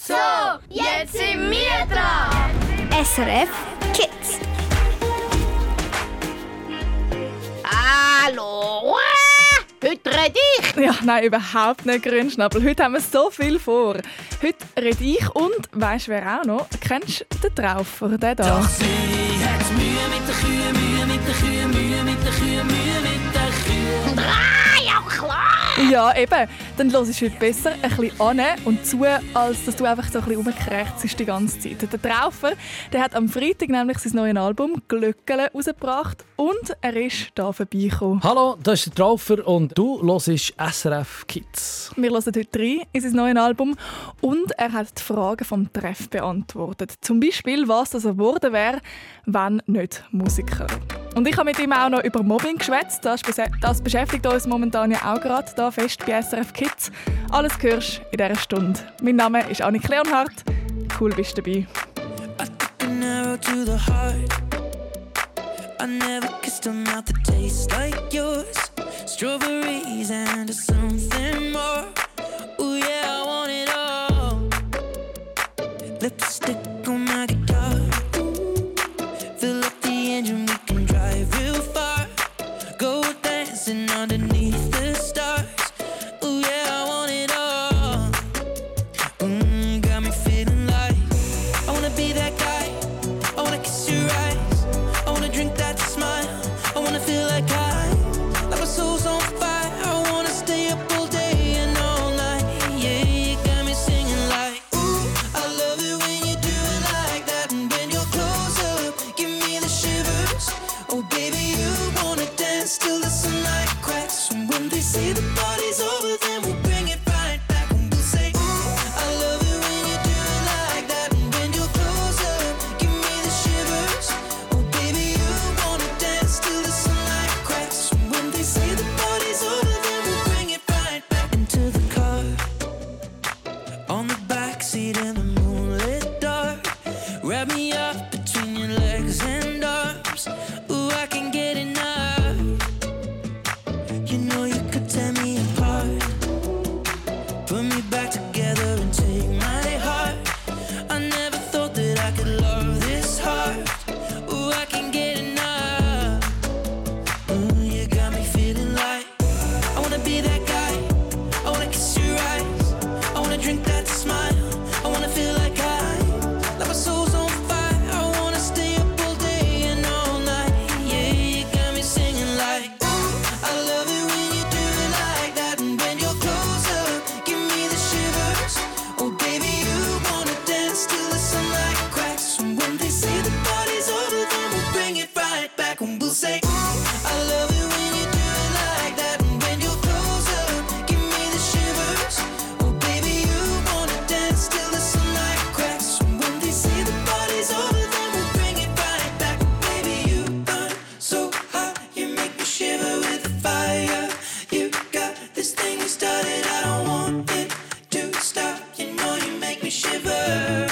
So, jetzt sind wir dran. SRF Kids. Hallo, heute rede ich. Ja, nein, überhaupt nicht, Grünschnabel. Heute haben wir so viel vor. Heute rede ich und, weisst du wer auch noch? Kennst du den Traufer, den da? Doch sie hat Mühe mit den Kühen, Mühe mit den Kühen, Mühe mit den Kühen, Mühe mit den Kühen. Ja, klar. Ja, eben. Dann hörst du heute besser ein bisschen an und zu, als dass du einfach so ein bisschen rumkrächzest die ganze Zeit. Der Traufer, der hat am Freitag nämlich sein neues Album «Glöckele» rausgebracht und er ist hier vorbeigekommen. Hallo, das ist der Traufer und du hörst SRF Kids. Wir hören heute rein in sein neues Album und er hat die Fragen vom Treff beantwortet. Zum Beispiel, was das geworden wäre, wenn nicht Musiker. Und ich habe mit ihm auch noch über Mobbing geschwätzt. Das beschäftigt uns momentan ja auch gerade hier fest bei SRF Kids. Alles hörst du in dieser Stunde. Mein Name ist Annik Leonhardt. Cool, bist du dabei. I took an arrow to the heart. I never kissed a mouth that tastes like yours. Strawberries and something more. Ooh yeah, I want it all. Lipstick on my guitar. Fill up the engine, we can drive real far. Go dancing underneath the stars. Ooh yeah, I want it all. Got me feeling like I wanna be that guy. I wanna kiss your eyes. I wanna drink that smile. I wanna feel like like my soul's on fire. I wanna stay up all day and all night. Yeah, you got me singing like, ooh, I love it when you do it like that. And when you're close up, give me the shivers. Oh baby, you wanna dance till the sunlight cracks. And when they say the party's over, then we'll bring it right back. And we'll say, ooh, I love it when you do it like that. And when you're close up, give me the shivers. Oh baby, you wanna dance till the sunlight cracks. And when they say the party's over, then we'll bring it right back into the car. On the backseat in the moonlit dark. Wrap me up between your legs and arms. Ooh, I can get enough. You know you could tear me apart. Put me back together and take my heart. I never thought that I could love this hard. Ooh, I can get enough. Ooh, you got me feeling like I wanna be that guy. I wanna kiss your eyes. I wanna drink that smile. I wanna feel like my soul's on fire. I wanna stay up all day and all night. Yeah, you got me singing like, ooh, I love it when you do it like that. And when you're close up, give me the shivers. Oh baby, you wanna dance till the sunlight cracks. And when they say the party's over, then we'll bring it right back. And we'll say, ooh, I love it when you do it like that. And when you're close up, give me the shivers. Oh baby, you wanna dance till the sunlight cracks. And when they say the party's over, then we'll bring it right back. Baby, you burn so hot, you make me shiver with the fire. You got this thing you started, I don't want it to stop. You know you make me shiver.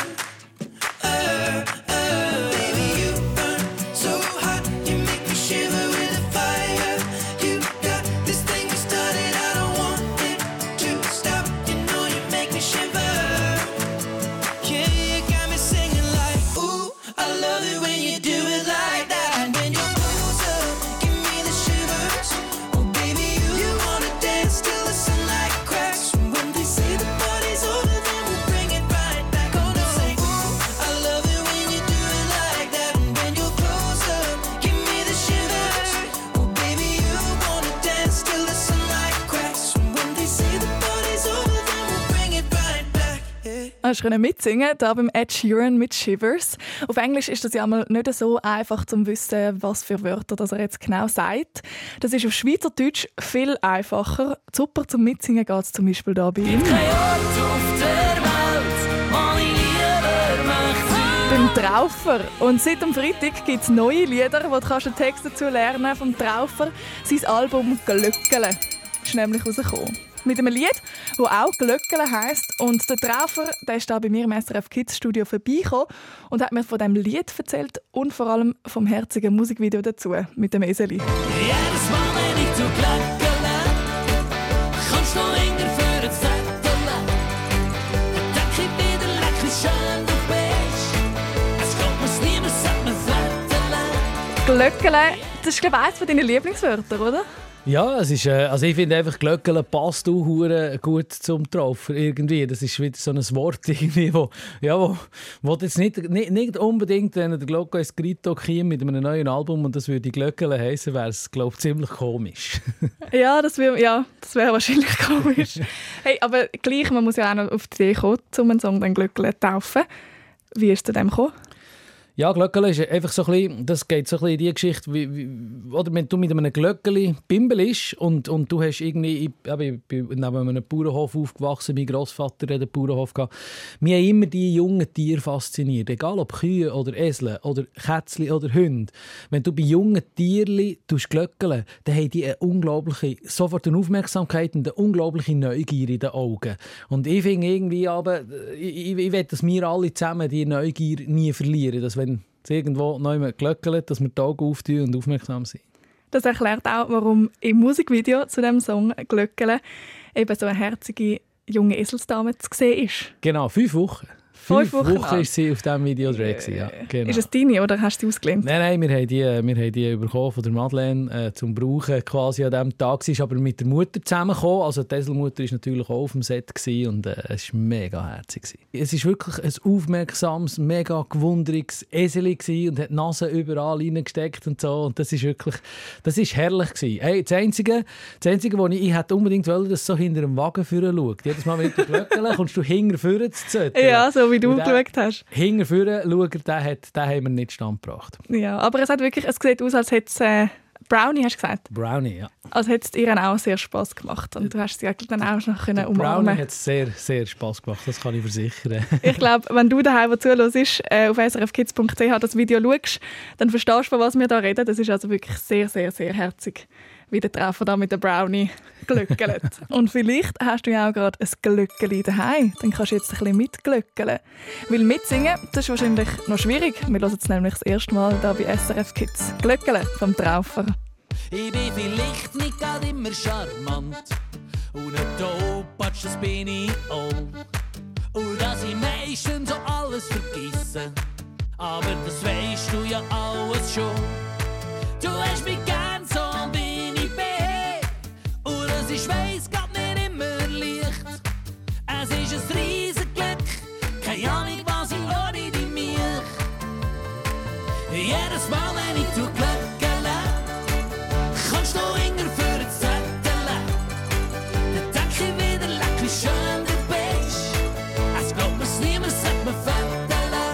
Baby, you burn so hot, you make me shiver with the fire. You got this thing you started, I don't want it to stop. You know you make me shiver. Yeah, you got me singing like, ooh, I love it when you do it like that. And when you're close up, give me the shivers. Oh baby, you wanna dance till the sunlight cracks. And when they say the party's over, then we'll bring it right back. Oh no, say, ooh, I love it when you do it like that. And when you're close up, give me the shivers. Oh baby, you wanna dance till the sunlight cracks. And when they say the party's over, then we'll bring it right back. Yeah. Hast du mitsingen da beim Ed Sheeran mit Shivers? Auf Englisch ist das ja mal nicht so einfach zu wissen, was für Wörter das er jetzt genau sagt. Das ist auf Schweizerdeutsch viel einfacher. Super zum Mitsingen geht es zum Beispiel da bei ihm. Kein Ort auf der Welt, wo ich lieber möchte sein. Beim Traufer. Und seit dem Freitag gibt es neue Lieder, wo du den Text dazu lernen vom Traufer. Sein Album «Glöckele» ist nämlich rausgekommen. Mit einem Lied, das auch «Glöckele» heisst. Und der Traufer, der ist da bei mir im SRF Kids Studio vorbeigekommen und hat mir von diesem Lied erzählt und vor allem vom herzigen Musikvideo dazu, mit dem Eseli. Jedes Mal, wenn ich zu Glöckele, kommst du hinter für ein Zettel. Dann denke ich wieder Glöckele, das ist, glaube ich, eines deiner Lieblingswörter, oder? Ja, es ist, also ich finde einfach, Glöckele passt auch hure gut zum Traufer irgendwie. Das ist wieder so ein Wort, irgendwie, wo jetzt nicht unbedingt, wenn der Glocco Escrito käme mit einem neuen Album und das würde Glöckele heißen, wäre es, glaube ich, ziemlich komisch. Ja, das wäre wahrscheinlich komisch. Hey, aber gleich, man muss ja auch noch auf die Idee kommen, um einen Song dann Glöckele zu taufen. Wie ist es zu dem gekommen? Ja, Glöckele ist einfach so ein bisschen, das geht so ein bisschen in die Geschichte, oder wenn du mit einem Glöckeli bimbelst und du hast irgendwie, ich bin neben einem Bauernhof aufgewachsen, mein Grossvater hat einen Bauernhof gehabt. Mich haben immer die jungen Tiere fasziniert, egal ob Kühe oder Esel oder Kätzchen oder Hunde. Wenn du bei jungen Tieren glöckeln, dann haben die sofort eine Aufmerksamkeit und eine unglaubliche Neugier in den Augen. Und ich finde irgendwie, ich will, dass wir alle zusammen die Neugier nie verlieren, dass wenn es irgendwo neu glöckelt, dass wir die Augen auftun und aufmerksam sind. Das erklärt auch, warum im Musikvideo zu diesem Song «Glöckele» eben so eine herzige junge Eselsdame zu sehen ist. Genau, 5 Wochen. 5 Wochen war sie auf diesem Video drin. Ja, genau. Ist es deine oder hast du die ausgelehnt? Nein, wir haben die bekommen von der Madeleine zum Brauchen quasi an diesem Tag. Sie ist aber mit der Mutter zusammengekommen. Also die Eselmutter war natürlich auch auf dem Set und es war mega herzig. Es war wirklich ein aufmerksames, mega gewunderiges Eseli und hat die Nase überall reingesteckt und so. Und das ist herrlich gewesen. Hey, das Einzige, was ich hätte unbedingt wollen, dass so hinter dem Wagen vorne schaut. Jedes Mal mit der Glöckele kommst du hinter vorne zu zötteln. Ja, so wie du geschaut hast. Hinter vorne schauen, den haben wir nicht standgebracht. Ja, aber es sieht aus, als hätte es Brownie, hast du gesagt? Brownie, ja. Als hätte es ihr auch sehr Spass gemacht und du hast sie dann auch noch umarmen. Brownie hat es sehr, sehr Spass gemacht, das kann ich versichern. Ich glaube, wenn du daheim, wo zuhörst, auf srfkids.ch das Video schaust, dann verstehst du, von was wir da reden. Das ist also wirklich sehr, sehr, sehr herzig, wie der Treffer da mit der Brownie glöckelt. Und vielleicht hast du ja auch gerade ein Glöckeli daheim. Dann kannst du jetzt ein bisschen mitglöckeln. Weil mitsingen, das ist wahrscheinlich noch schwierig. Wir hören es nämlich das erste Mal hier bei SRF Kids. Glöckeln vom Traufer. Ich bin vielleicht nicht gerade immer charmant. Und ein Topatsch, das bin ich auch. Und dass ich meistens so alles vergesse. Aber das weisst du ja alles schon. Du hast mich gern so, wie ich bin. Und das ist, weiss, geht nicht immer leicht. Es ist ein Riesenglück, keine Ahnung, was ich ohne dich mich. Jedes Mal, wenn ich glöckele, kommst du immer für ein Zettel. Dann denk ich wieder, leck, wie schön du bist. Es glaubt mir's niemand, sagt mir Vettel.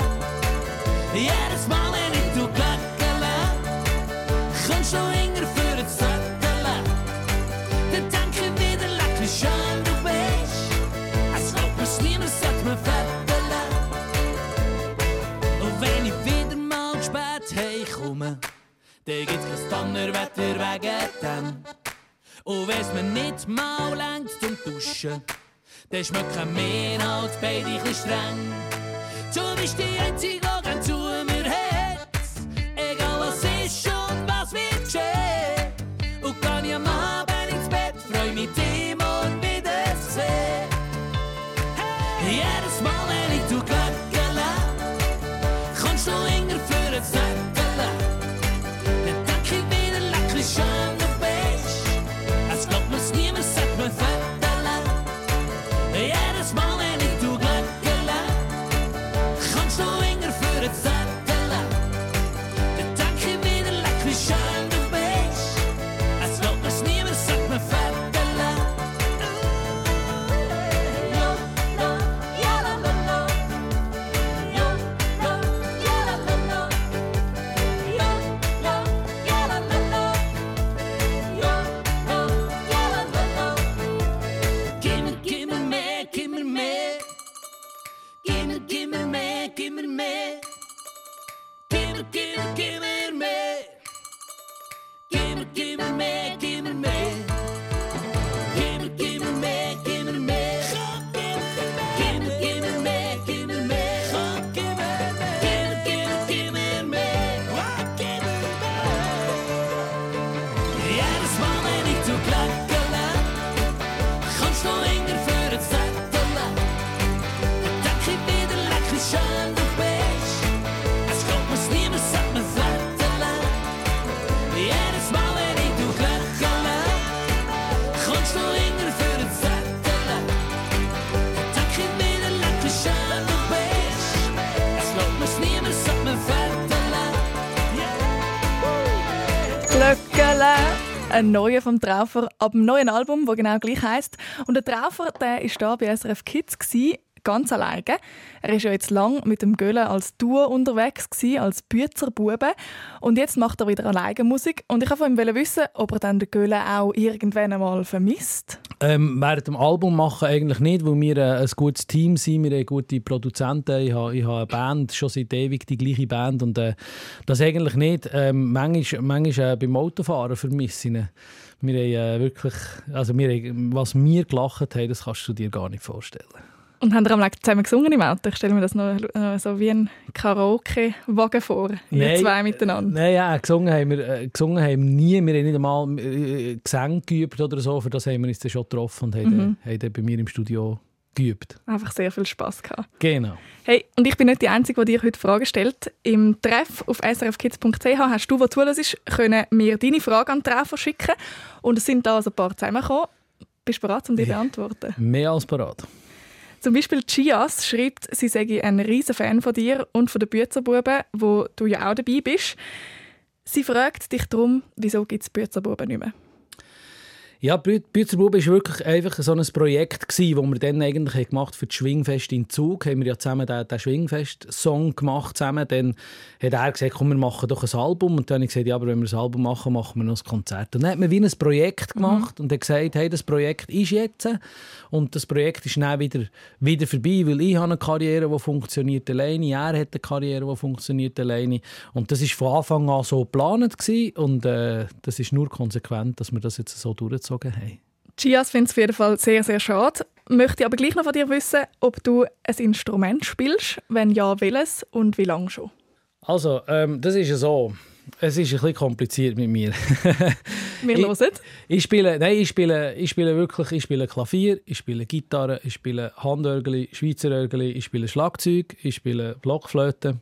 Jedes Mal, wenn ich glöckele, kommst du immer für ein Zettel. Dann denk ich wieder, leck, wie schön du bist. Es glaubt mir's niemand, sagt mir Vettel. Und wenn ich wieder mal spät heimkomme, dann gibt's kein Donnerwetter wegen dem. Und wenn's mir nicht mal längt zum Duschen, dann schmecken wir halt beide ein bisschen streng. Du bist die Einzige, die gern zu mir hat, egal was ist und was wird geschehen. Und kann ich am Abend ins Bett, freu mich, dich morgen wiedersehen. Jedes Mal, wenn ich glöckele, kommst du immer für ein Zettel. Schön du bist, es glaubt mir's niemand, sagt mir Vettel. Jedes Mal, wenn ich glöckele, kommst du immer für ein Zettel. Dann denk ich wieder, leck, wie schön du bist, es glaubt mir's niemand, sagt mir Vettel. Schön du bist. ein neuer vom Traufer ab dem neuen Album, das genau gleich heisst. Und der Traufer, der war da bei SRF Kids, ganz alleine. Er war ja jetzt lang mit dem Göhle als Duo unterwegs, als Büezerbube. Und jetzt macht er wieder alleine Musik. Und ich wollte von ihm wissen, ob er dann den Göhle auch irgendwann einmal vermisst. Während dem Album machen eigentlich nicht, weil wir ein gutes Team sind, wir haben gute Produzenten, ich habe eine Band, schon seit ewig die gleiche Band und das eigentlich nicht. Manchmal beim Autofahren vermisse ich ihn. Wir haben wirklich, was wir gelacht haben, das kannst du dir gar nicht vorstellen. Und haben wir zusammen gesungen im Auto? Ich stelle mir das noch so wie ein Karaoke-Wagen vor, ihr zwei miteinander. Nein, ja, gesungen haben wir nie. Wir haben nicht einmal Gesang geübt oder so. Für das haben wir uns dann schon getroffen und haben dann bei mir im Studio geübt. Einfach sehr viel Spass gehabt. Genau. Hey, und ich bin nicht die Einzige, die dir heute Fragen stellt. Im Treff auf srfkids.ch hast du, der zuhörst, können mir deine Frage an den Treffer schicken. Und es sind da also ein paar zusammengekommen. Bist du bereit, um die zu beantworten? Mehr als bereit. Zum Beispiel Chias schreibt, sie sei ein riesen Fan von dir und von den Büetzerbuben, wo du ja auch dabei bist. Sie fragt dich darum, wieso gibt es Büetzerbuben nicht mehr? Ja, Büetzerbuben war wirklich einfach so ein Projekt, das wir dann eigentlich gemacht für das Schwingfest in Zug. Haben wir ja zusammen den Schwingfest-Song gemacht. Zusammen. Dann hat er gesagt, komm, wir machen doch ein Album. Und dann habe ich gesagt, ja, aber wenn wir ein Album machen, machen wir noch ein Konzert. Und dann hat man wie ein Projekt gemacht und hat gesagt, hey, das Projekt ist jetzt. Und das Projekt ist dann wieder vorbei, weil ich habe eine Karriere, die funktioniert alleine. Er hat eine Karriere, die funktioniert alleine. Und das war von Anfang an so geplant gewesen. Und das ist nur konsequent, dass wir das jetzt so durchgezogen haben. Chias findet es auf jeden Fall sehr, sehr schade. Möchte aber gleich noch von dir wissen, ob du ein Instrument spielst. Wenn ja, welches und wie lange schon? Also, das ist ja so. Es ist ein bisschen kompliziert mit mir. Wir hören. Ich spiele Klavier, ich spiele Gitarre, ich spiele Handörgeli, Schweizer Örgeli, ich spiele Schlagzeug, ich spiele Blockflöte.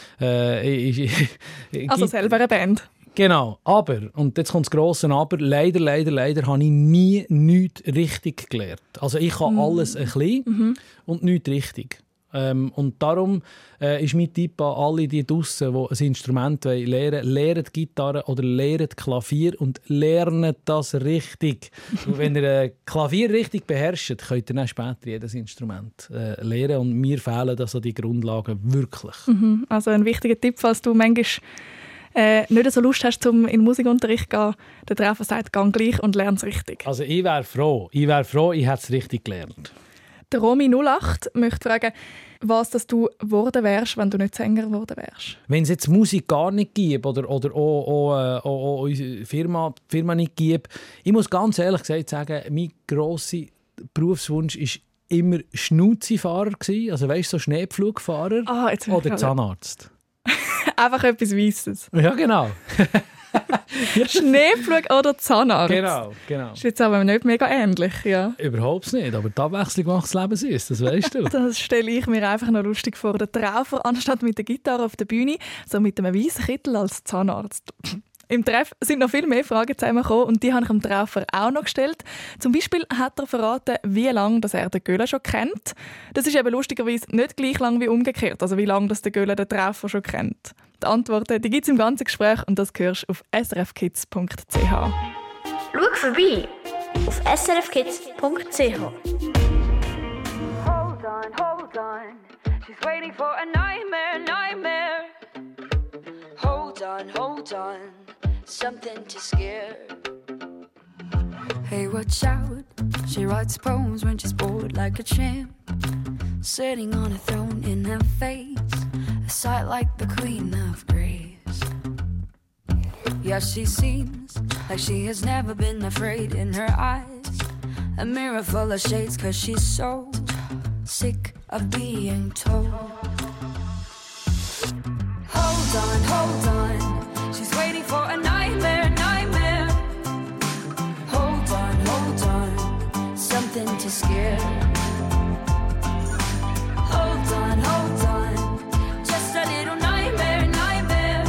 Also selber eine Band. Genau, aber, und jetzt kommt das grosse Aber, leider habe ich nie nichts richtig gelernt. Also ich kann alles ein bisschen und nichts richtig. Und darum ist mein Tipp an alle die draussen, die ein Instrument lernen wollen, lernt Gitarre oder lernt Klavier und lernt das richtig. Und wenn ihr Klavier richtig beherrscht, könnt ihr dann später jedes Instrument lernen. Und mir fehlen also die Grundlagen wirklich. Also ein wichtiger Tipp, falls du manchmal nicht so Lust hast, in den Musikunterricht zu gehen, der Treffer sagt, geh gleich und lern es richtig. Also ich wäre froh, ich hätte es richtig gelernt. Der Romy08 möchte fragen, was dass du geworden wärst, wenn du nicht Sänger geworden wärst. Wenn es jetzt Musik gar nicht gibt oder auch unsere Firma nicht gibt, ich muss ganz ehrlich gesagt sagen, mein grosser Berufswunsch war immer Schnuzifahrer, also weißt du, so Schneepflugfahrer oder Zahnarzt. Einfach etwas Weisses. Ja, genau. Schneepflug oder Zahnarzt. Genau. Ist jetzt aber nicht mega ähnlich, ja. Überhaupt nicht, aber die Abwechslung macht das Leben süß, das weißt du. Das stelle ich mir einfach noch lustig vor. Der Traufer, anstatt mit der Gitarre auf der Bühne, so mit einem weißen Kittel als Zahnarzt. Im Treff sind noch viel mehr Fragen zusammengekommen und die habe ich dem Traufer auch noch gestellt. Zum Beispiel hat er verraten, wie lange er den Göhle schon kennt. Das ist eben lustigerweise nicht gleich lang wie umgekehrt, also wie lange der Göhle den Traufer schon kennt. Die Antworten gibt es im ganzen Gespräch und das hörst du auf srfkids.ch. Schau vorbei auf srfkids.ch. Hold on, she's waiting for a nightmare. Hold on, something to scare. Hey, watch out, she writes poems when she's bored like a champ. Sitting on a throne in her face, a sight like the Queen of Grace. Yeah, she seems like she has never been afraid in her eyes. A mirror full of shades, 'cause she's so sick of being told. Hold on, she's waiting for a nightmare. Hold on, something to scare. Hold on, just a little nightmare.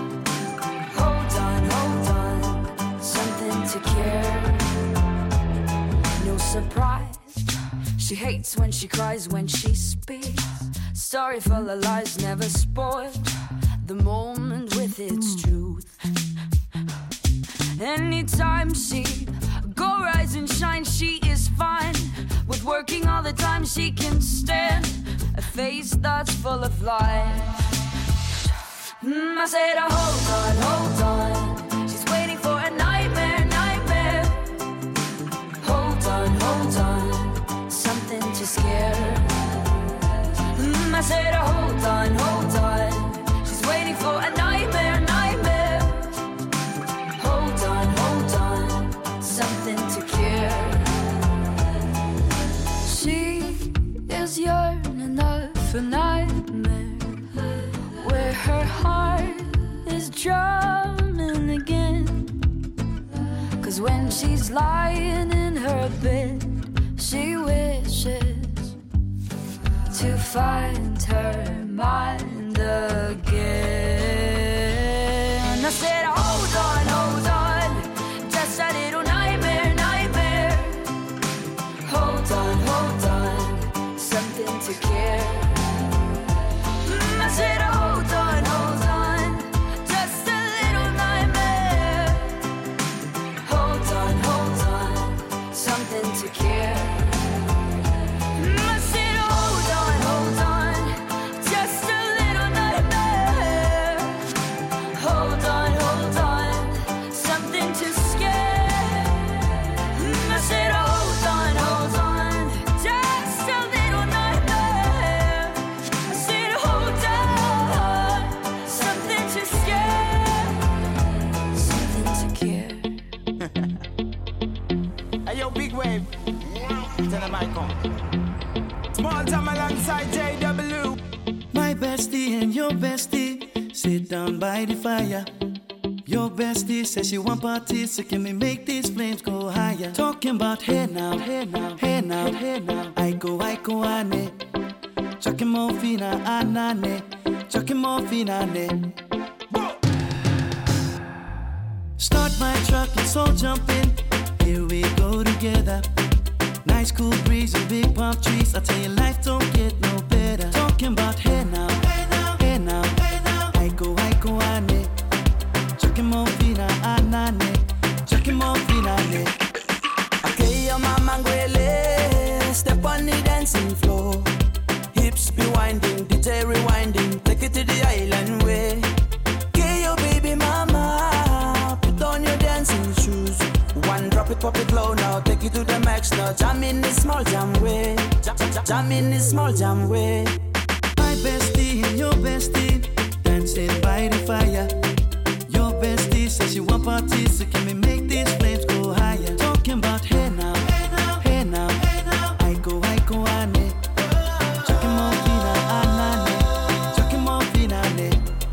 Hold on, something to care. No surprise, she hates when she cries, when she speaks. Story full of lies, never spoiled the moment with its truth. Anytime she go rise and shine, she is fine. With working all the time, she can stand a face that's full of life. I said, hold on. She's waiting for a nightmare, nightmare. Hold on, something to scare. I said, hold on. She's waiting for a nightmare, nightmare. Hold on, something to cure. She is yearning for a nightmare where her heart is drumming again. 'Cause when she's lying in her bed, she wishes to find her mind again. I said, hold on, just a little nightmare, nightmare. Hold on, something to care. I said, hold on, just a little nightmare. Hold on, something to care. Small time alongside JW. My bestie and your bestie sit down by the fire. Your bestie says she want parties, so can we make these flames go higher? Talking about hey now, hey now, hey now, hey now. Aiko ane, chucking more fina anane, chucking more fina ane. Start my truck, let's all jump in. Here we go together. Nice cool breeze and big palm trees. I tell you, life don't get no better. Talking about hey now, hey now, hey now, hey now. Aiko ane, chucking more fina anane, chucking more fina ane. Okay, your mama ngwele, step on the dancing floor. Hips be winding, DJ rewinding, take it to the island way. Okay, your baby mama, put on your dancing shoes. One drop it, pop it low now, take it to the max now. Jam in the small jam way, jam in the small jam way. My bestie and your bestie dancing by the fire. Your bestie says she want parties, so can we make these flames go higher? Talking about hey now, hey now, hey now, hey now. Aiko ane, chucking more fina anane, chucking more fina ane.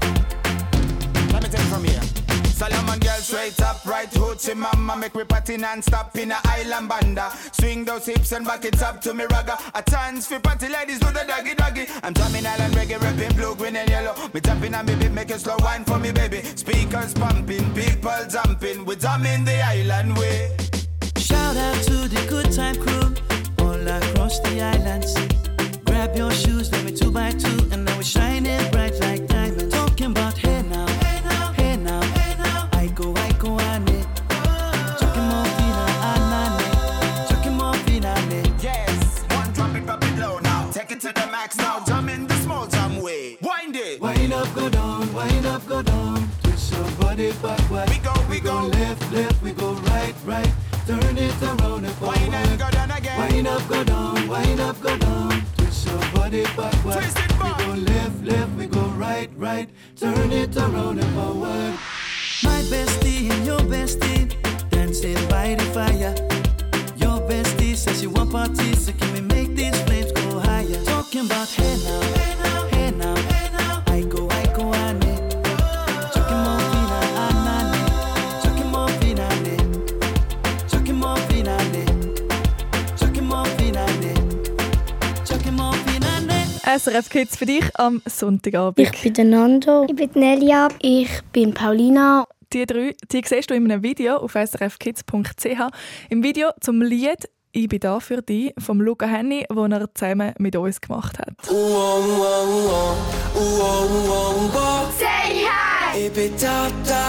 Let me take it from here. Solomon girl straight up, right hoochie mama. Make me party non-stop in a island banda. Swing those hips and back it up to me ragga. A chance for party ladies do the doggy doggy. I'm drumming island reggae, rapping blue, green and yellow. Me tapping on me beat, make a slow wine for me baby. Speakers pumping, people jumping. We drumming the island way. Shout out to the good time crew all across the islands. Grab your shoes, let me 2x2, and now we're shining bright like diamonds. Talking about hey now, hey now, hey now, hey now. Aiko ane, chucking more fina anane, chucking more fina ane. Yes, one drop it low now. Take it to the max now. Jump in the small jam way. Wind it. Wind up, go down, wind up, go down. Twist your body backward. We go left, we go right. Turn it around and forward. Wind up, go down again. Wind up, go down, wind up, go down. Twist your body backward. Twist it back. We go left, we go right. Turn it around and forward. My bestie and your bestie dancing by the fire. Your bestie says she want parties, so can we make these flames go higher? Talking about hey now, hey now, hey now, hey now. Aiko ane, chucking more fina anane, chucking more fina ane, chucking more fina ane, chucking more fina ane, chucking more fina ane. SRF Kids für dich am Sonntagabend. Ich bin der Nando. Ich bin Nelia. Ich bin Paulina. Die drei, die siehst du in einem Video auf srfkids.ch. Im Video zum Lied «Ich bin da für dich» von Luca Henny, das er zusammen mit uns gemacht hat. Say hi! Ich bin da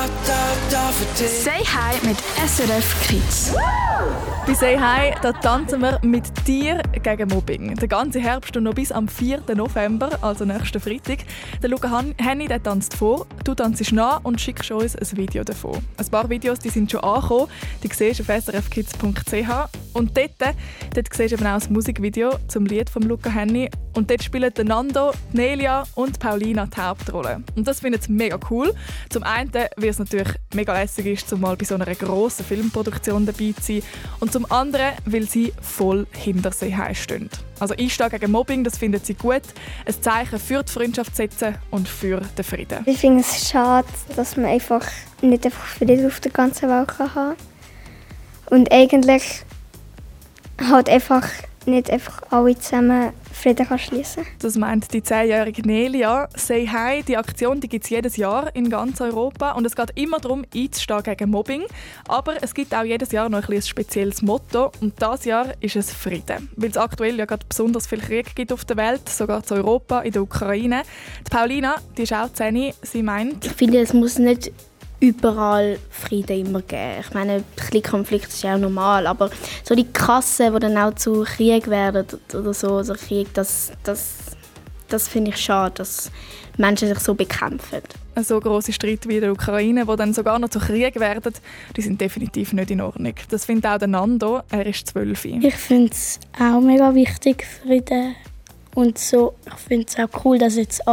für dich. Say Hi mit SRF Kids. Bei Say Hi da tanzen wir mit dir gegen Mobbing. Den ganzen Herbst und noch bis am 4. November, also nächsten Freitag. Der Luca Henny der tanzt vor, du tanzt nach und schickst uns ein Video davon. Ein paar Videos die sind schon angekommen, die siehst du auf srfkids.ch. Und dort siehst du eben auch das Musikvideo zum Lied von Luca Henny. Und dort spielen Nando, Nelia und Paulina die Hauptrolle. Und das finden sie mega cool. Zum einen, weil es natürlich mega lässig ist, zumal bei so einer grossen Filmproduktion dabei zu sein. Und zum anderen, weil sie voll hinter Say Hi stehen. Also Einstehen gegen Mobbing, das finden sie gut. Ein Zeichen für die Freundschaft setzen und für den Frieden. Ich finde es schade, dass man nicht einfach Frieden auf der ganzen Welt haben kann. Und eigentlich halt einfach nicht einfach alle zusammen Frieden schließen kann. Das meint die 10-jährige Nelia. Say Hi, die Aktion gibt es jedes Jahr in ganz Europa. Und es geht immer darum, einzustehen gegen Mobbing. Aber es gibt auch jedes Jahr noch ein spezielles Motto. Und dieses Jahr ist es Frieden. Weil es aktuell ja gerade besonders viel Krieg gibt auf der Welt, sogar in Europa, in der Ukraine. Die Paulina, die ist auch 10, sie meint... Ich finde, es muss nicht überall Frieden immer geben. Ich meine, ein bisschen Konflikt ist ja auch normal, aber so die Krassen, die dann auch zu Krieg werden oder so, also Krieg, das finde ich schade, dass Menschen sich so bekämpfen. So grosse Streit wie in der Ukraine, die dann sogar noch zu Krieg werden, die sind definitiv nicht in Ordnung. Das findet auch der Nando, er ist 12. Ich finde es auch mega wichtig, Frieden. Und so, ich finde es auch cool, dass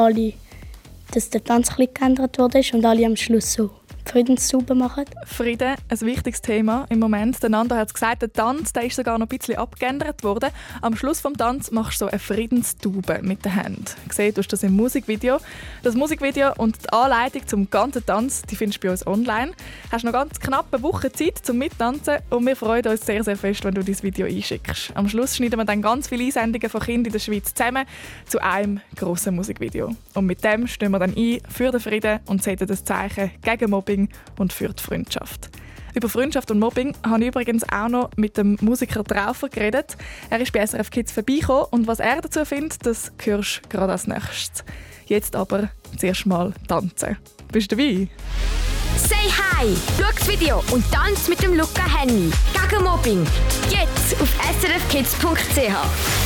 der Tanz ein bisschen geändert wurde und alle am Schluss so Friedenstube machen. Frieden, ein wichtiges Thema im Moment. Der Nando hat gesagt, der Tanz der ist sogar noch ein bisschen abgeändert worden. Am Schluss des Tanz machst du so eine Friedenstube mit den Händen. Gesehen hast du das im Musikvideo. Das Musikvideo und die Anleitung zum ganzen Tanz die findest du bei uns online. Du hast noch ganz knapp eine Woche Zeit zum Mittanzen und wir freuen uns sehr, sehr fest, wenn du dieses Video einschickst. Am Schluss schneiden wir dann ganz viele Einsendungen von Kindern in der Schweiz zusammen zu einem grossen Musikvideo. Und mit dem stehen wir dann ein für den Frieden und setzen das Zeichen gegen Mobbing und für die Freundschaft. Über Freundschaft und Mobbing habe ich übrigens auch noch mit dem Musiker Traufer geredet. Er ist bei SRF Kids vorbeigekommen und was er dazu findet, das hörst du gerade als nächstes. Jetzt aber zuerst mal tanzen. Bist du dabei? Say Hi, schau das Video und tanz mit dem Luca Henny gegen Mobbing. Jetzt auf srfkids.ch.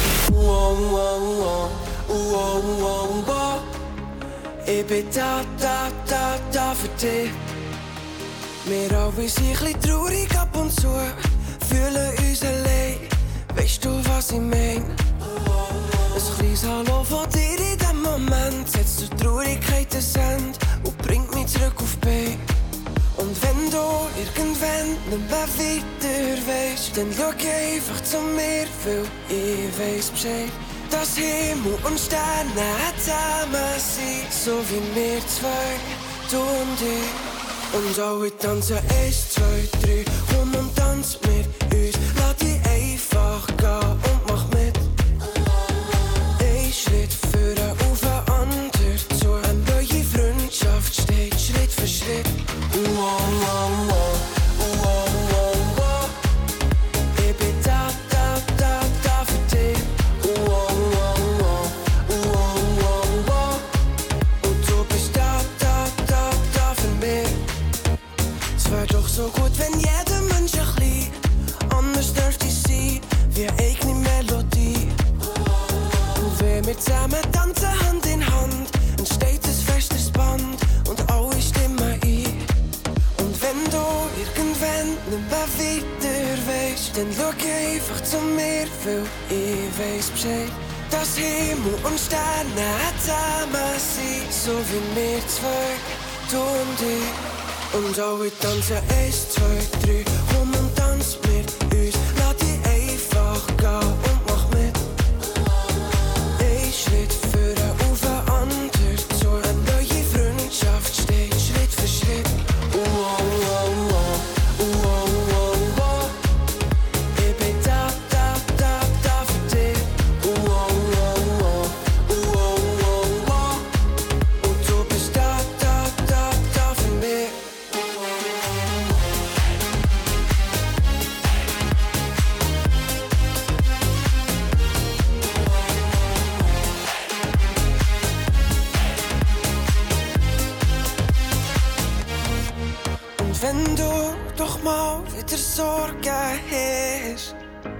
Ich bin da für dich. Wir alle sind ein bisschen traurig ab und zu, fühlen uns allein. Weißt du, was ich mein? Ein kleines Hallo von dir in dem Moment setzt die Traurigkeit ein Ende und bringt mich zurück auf Bein. Und wenn du irgendwann nicht mehr weiter weisst, dann schau einfach zu mir, weil ich weiss Bescheid. Dass Himmel und Sterne zusammen sind, so wie wir zwei, du und ich. Und alle tanzen 1, 2, 3, komm und tanz mit uns. Lass dich einfach gehen und mach mit. Ein Schritt führen auf den anderen zu. Eine neue Freundschaft steht Schritt für Schritt. Ich bin da für dich. Und du bist da für mich. Es wär doch so gut, wenn jeder Mensch ein bisschen anders dürfte sein, wie eine eigene Melodie. Und wenn wir zusammen tanzen Hand in Hand, entsteht ein festes Band und alle stimmen ein. Und wenn du irgendwann nicht mehr weiter weisst, dann schau einfach zu mir, weil ich weiss Bescheid. Dass Himmel und Sterne zusammen sind, so wie wir zwei, du und ich. Und alle tanzen 1, 2, 3, komm und tanz mit uns. Lass dich einfach gehen und mach mit. Ein Schritt führen auf den anderen zu. Eine neue Freundschaft steht Schritt für Schritt. Ich bin da für dich. Und du bist da für mich. Wenn du doch mal wieder Sorgen hast,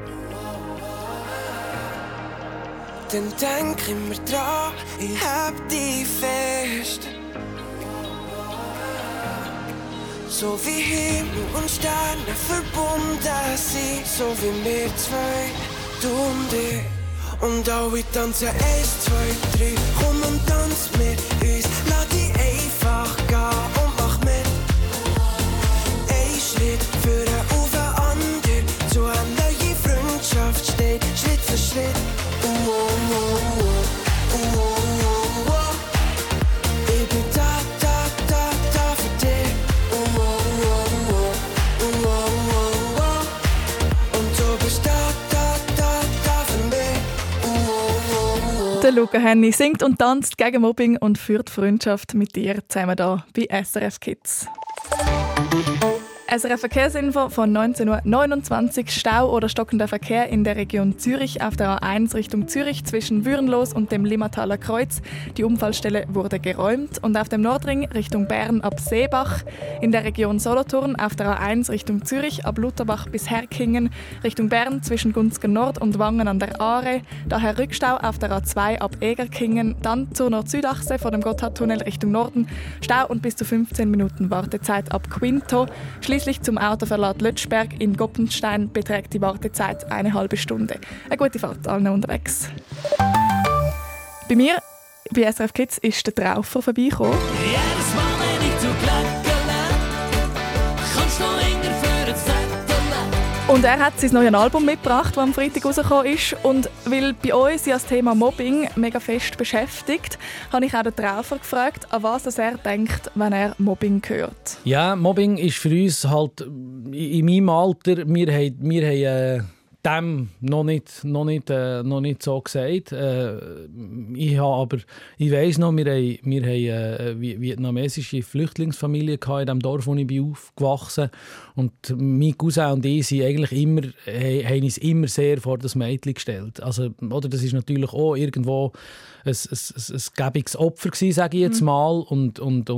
dann denk immer dran, ich hab dich fest. So wie Himmel und Sterne verbunden sind, so wie wir zwei, du und ich. Und alle tanzen 1, 2, 3, komm und tanz mit uns. Lass dich einfach gehen und mach mit. Ein Schritt für auf den anderen, zu einer neuen Freundschaft steht, Schritt für Schritt. Ich bin da für dich. Und du bist da für mich. Der Luca Henny singt und tanzt gegen Mobbing und führt Freundschaft mit dir zusammen hier bei SRF Kids. SRF Verkehrsinfo von 19.29 Uhr. Stau oder stockender Verkehr in der Region Zürich auf der A1 Richtung Zürich zwischen Würenlos und dem Limmataler Kreuz. Die Unfallstelle wurde geräumt. Und auf dem Nordring Richtung Bern ab Seebach. In der Region Solothurn auf der A1 Richtung Zürich ab Lutherbach bis Herkingen. Richtung Bern zwischen Gunzgen Nord und Wangen an der Aare. Daher Rückstau auf der A2 ab Egerkingen. Dann zur Nord-Süd-Achse vor dem Gotthardtunnel Richtung Norden. Stau und bis zu 15 Minuten Wartezeit ab Quinto. Schließlich zum Autoverlad Lötschberg in Goppenstein beträgt die Wartezeit 1,5 Stunde. Eine gute Fahrt allen unterwegs. Bei mir, bei SRF Kids, ist der Traufer vorbeigekommen. Jedes Mal, wenn ich zu Glöckele, kommst du länger für ein Zettel. Und er hat sein neues Album mitgebracht, das am Freitag rausgekommen ist. Und weil bei uns ja das Thema Mobbing mega fest beschäftigt, habe ich auch den Traufer gefragt, an was er denkt, wenn er Mobbing hört. Ja, Mobbing ist für uns halt in meinem Alter, wir haben dem noch nicht so gesagt. Ich weiss noch, wir haben eine vietnamesische Flüchtlingsfamilie in dem Dorf, wo ich aufgewachsen bin. Und mein Cousin und ich sind eigentlich haben uns immer sehr vor das Mädchen gestellt. Also, oder, das ist natürlich auch irgendwo ein gäbiges Opfer gewesen, sage ich jetzt mal. Und hat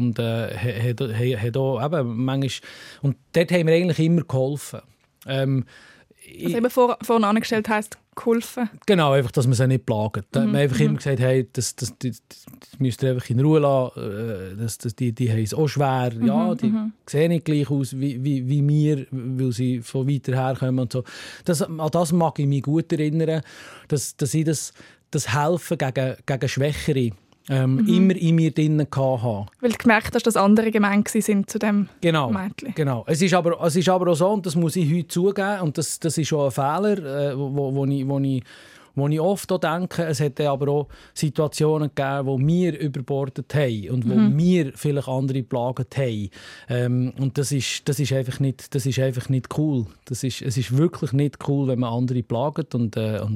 auch eben manchmal, und dort haben wir eigentlich immer geholfen. Also eben vorne angestellt heisst geholfen? Genau, einfach, dass man sie nicht plagt. Da hat man einfach immer gesagt, hey, das müsst ihr einfach in Ruhe lassen. Die haben es auch schwer. Ja, die sehen nicht gleich aus wie wir, weil sie von weiter her kommen und so. An das mag ich mich gut erinnern, dass ich das Helfen gegen Schwächere immer in mir drin hatte. Weil du gemerkt hast, dass andere gemein waren zu dem Mädchen. Genau. Es ist aber auch so, und das muss ich heute zugeben, und das ist schon ein Fehler, wo ich oft auch denke, es hat aber auch Situationen gegeben, wo wir überbordet haben und wo wir vielleicht andere geplagt haben. Und das ist einfach nicht cool. Es ist wirklich nicht cool, wenn man andere plagt, und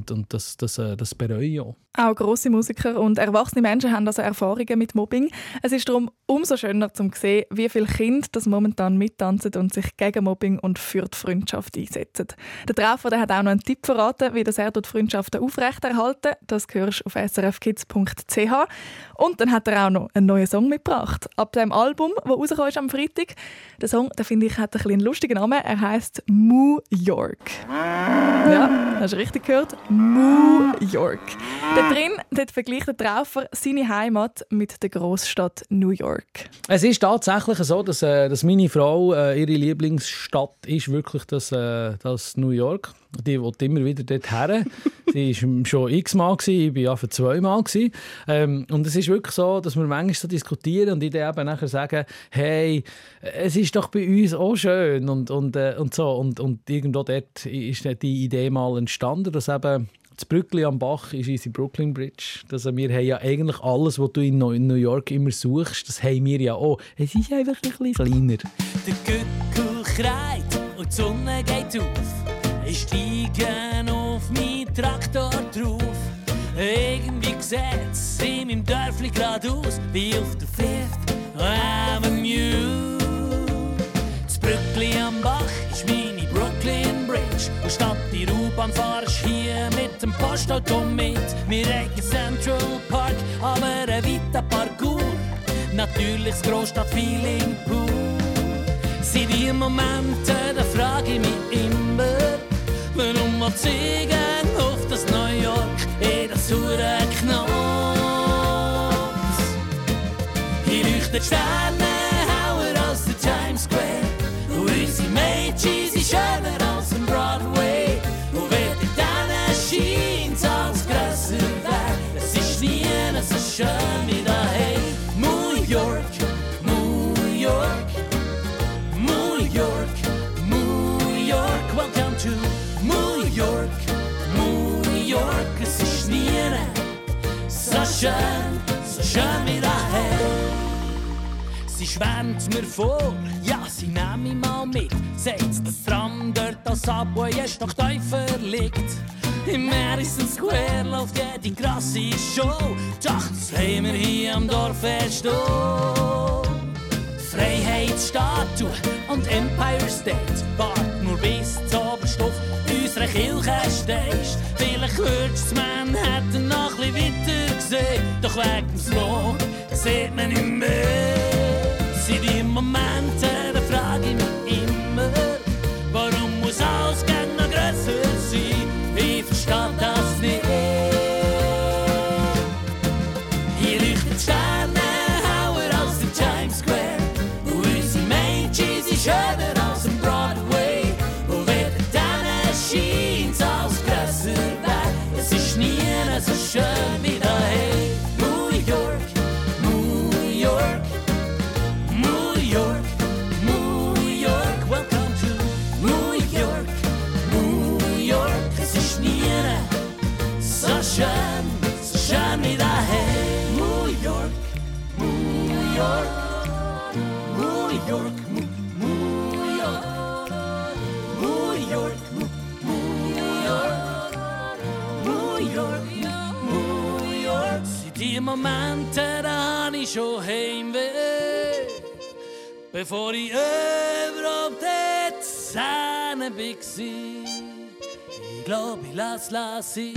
das bereue ich auch. Auch grosse Musiker und erwachsene Menschen haben also Erfahrungen mit Mobbing. Es ist darum umso schöner zu sehen, wie viele Kinder das momentan mittanzen und sich gegen Mobbing und für die Freundschaft einsetzen. Der Traufer hat auch noch einen Tipp verraten, wie er die Freundschaften aufrechterhalten. Das hörst du auf srfkids.ch. Und dann hat er auch noch einen neuen Song mitgebracht. Ab dem Album, das rausgekommen ist am Freitag. Der Song, den finde ich, hat einen lustigen Namen. Er heisst New York. Ja, hast du richtig gehört? New York. Dort vergleicht der Traufer seine Heimat mit der Großstadt New York. Es ist tatsächlich so, dass meine Frau ihre Lieblingsstadt ist wirklich das New York. Die will immer wieder dorthin. Sie war schon x-mal, ich war ja für 2-mal. Und es ist wirklich so, dass wir manchmal so diskutieren und ich dann eben nachher sagen, hey, es ist doch bei uns auch schön und so. Und irgendwo dort ist die Idee mal entstanden, dass eben das Brückli am Bach ist unsere Brooklyn Bridge. Also wir haben ja eigentlich alles, was du in New York immer suchst, das haben wir ja auch. Es ist einfach ein bisschen kleiner. Der Gückel kreit und die Sonne geht auf. Ich steige auf meinen Traktor drauf. Irgendwie sieht's in meinem Dörfli geradeaus wie auf der Fifth Avenue. Das Brückli am Bach ist meine Brooklyn Bridge. Und statt die U-Bahn fahrst hier mit dem Postauto mit. Wir haben Central Park, aber ein weiter Parcours. Natürlich das Großstadtfeeling pur. sind die Momente, da frage ich mich immer, warum will ich gehen auf das New York, in das hure Knopf. Hier leuchten Sterne hauer als der Times Square und unsere Mädchen sind schöner als ein Broadway. Und wenn dir dann erscheint, als grösser wär, es ist nie so schön wie daheim. New York, New York, New York, New York, welcome to New York, New York. Es ist nie so schön wie daheim. Sie schwärmt mir vor, ja, sie nimmt mich mal mit. Sagt, das Tram dort als Subway ist doch tiefer liegt. Im Madison Square läuft jede krasse Show. Doch, das haben wir hier am Dorf erst auch. Freiheitsstatue und Empire State wart nur bis zum Oberstoff unserer Kirche stehst. Vielleicht würdest du Manhattan noch ein bisschen weiter gesehen. Doch wegen dem Smog sieht man nicht mehr. Sind die Momente, da frage ich mich immer, warum muss alles gern noch grösser sein? Ich verstehe das nicht. Hier leuchten Sterne hauer als der Times Square und unsere Mädchen sind schöner als ein Broadway. Und wenn dann erscheint, als grösser wär, es ist nie so schön wie daheim. New York, New York, New York, New York, welcome to New York, New York. Es ist nie so schön wie daheim. New York, New York, New York, New York, New York, New York, New York, New York. Sind die Momente, da hab ich schon Heimweh, bevor ich überhaupt dort Zähne war. Ich glaub, ich lass ich.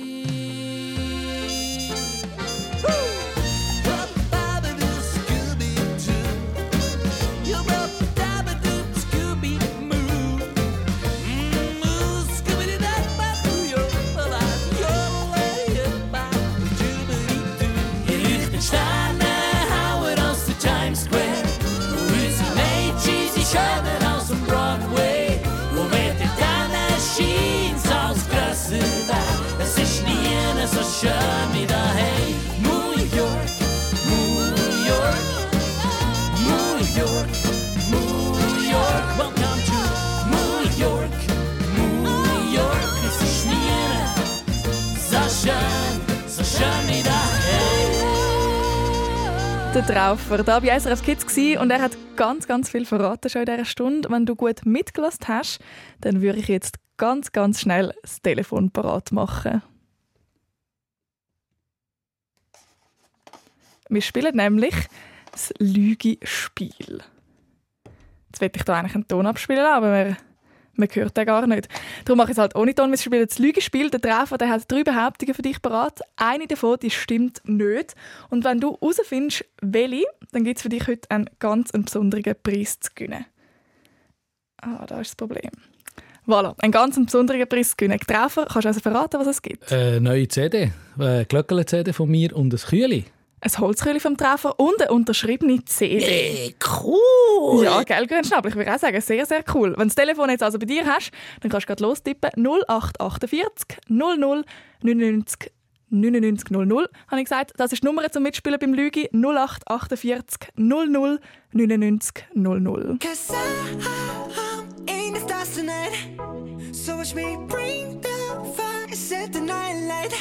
Schöner als ein Broadway. Und wenn dir dann erscheint, als grösser wär, es ist nie so schön wie daheim. New York, New York, New York, New York, welcome to New York, New York. Es ist nie so schön wie daheim. Der Traufer da bei SRF Kids gsi und er hat ganz, ganz viel verraten schon in dieser Stunde. Wenn du gut mitgelassen hast, dann würde ich jetzt ganz, ganz schnell das Telefon parat machen. Wir spielen nämlich das Lügespiel. Jetzt will ich hier eigentlich einen Ton abspielen, aber man hört den gar nicht. Darum mache ich es halt ohne Ton. Wir spielen das Lügespiel. Der Treffer, der hat 3 Behauptungen für dich parat. Eine davon, die stimmt nicht. Und wenn du herausfindest, welche, dann gibt es für dich heute einen ganz besonderen Preis zu gewinnen. Ah, da ist das Problem. Voilà, einen ganz besonderen Preis zu gewinnen. Treffer, kannst du also verraten, was es gibt? Neue CD, Glöckele-CD von mir und ein Kühli. Ein Holzkühli vom Treffer und eine unterschriebene CD. Hey, cool! Ja, gell, Grünschnabel, ich würde auch sagen, sehr, sehr cool. Wenn du das Telefon jetzt also bei dir hast, dann kannst du gerade lostippen. 0848 00 99 99 00, habe ich gesagt. Das ist die Nummer zum Mitspielen beim Lügi. 0848 00 99 00. Cause I'm in the stars tonight, so watch me bring the fire and set the night light.